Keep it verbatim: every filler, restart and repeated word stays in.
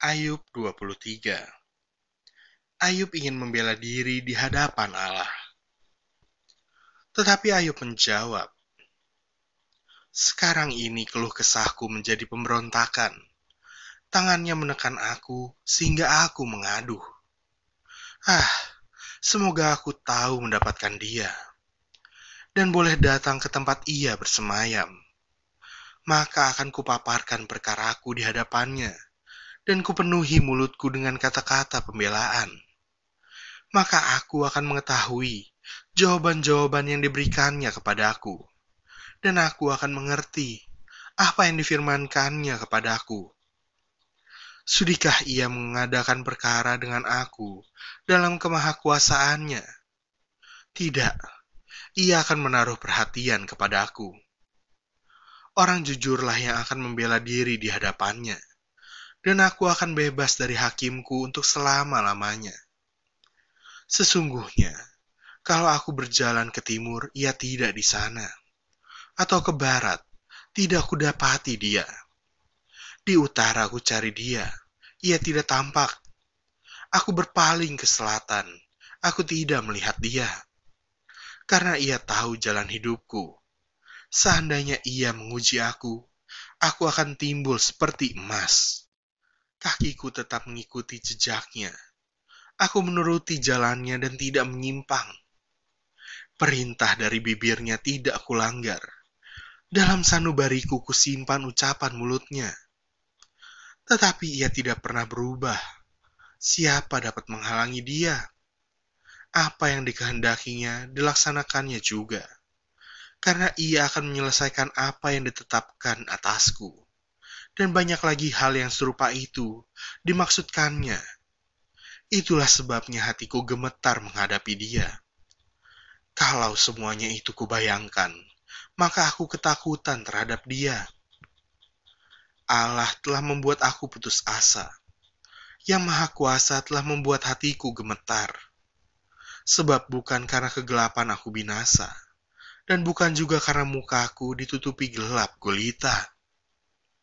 Ayub dua puluh tiga. Ayub ingin membela diri di hadapan Allah. Tetapi Ayub menjawab, "Sekarang ini keluh kesahku menjadi pemberontakan. Tangannya menekan aku sehingga aku mengaduh. Ah, semoga aku tahu mendapatkan dia dan boleh datang ke tempat ia bersemayam. Maka akan kupaparkan perkaraku di hadapannya dan kupenuhi mulutku dengan kata-kata pembelaan. Maka aku akan mengetahui jawaban-jawaban yang diberikannya kepadaku, dan aku akan mengerti apa yang difirmankannya kepadaku. Sudikah ia mengadakan perkara dengan aku dalam kemahakuasaannya? Tidak, ia akan menaruh perhatian kepadaku. Orang jujurlah yang akan membela diri di hadapannya, dan aku akan bebas dari hakimku untuk selama-lamanya. Sesungguhnya, kalau aku berjalan ke timur, ia tidak di sana, atau ke barat, tidak kudapati dia. Di utara aku cari dia, ia tidak tampak. Aku berpaling ke selatan, aku tidak melihat dia. Karena ia tahu jalan hidupku. Seandainya ia menguji aku, aku akan timbul seperti emas. Kakiku tetap mengikuti jejaknya. Aku menuruti jalannya dan tidak menyimpang. Perintah dari bibirnya tidak kulanggar. Dalam sanubariku kusimpan ucapan mulutnya. Tetapi ia tidak pernah berubah. Siapa dapat menghalangi dia? Apa yang dikehendakinya dilaksanakannya juga. Karena ia akan menyelesaikan apa yang ditetapkan atasku. Dan banyak lagi hal yang serupa itu dimaksudkannya. Itulah sebabnya hatiku gemetar menghadapi dia. Kalau semuanya itu kubayangkan, maka aku ketakutan terhadap dia. Allah telah membuat aku putus asa. Yang Maha Kuasa telah membuat hatiku gemetar. Sebab bukan karena kegelapan aku binasa, dan bukan juga karena mukaku ditutupi gelap gulita.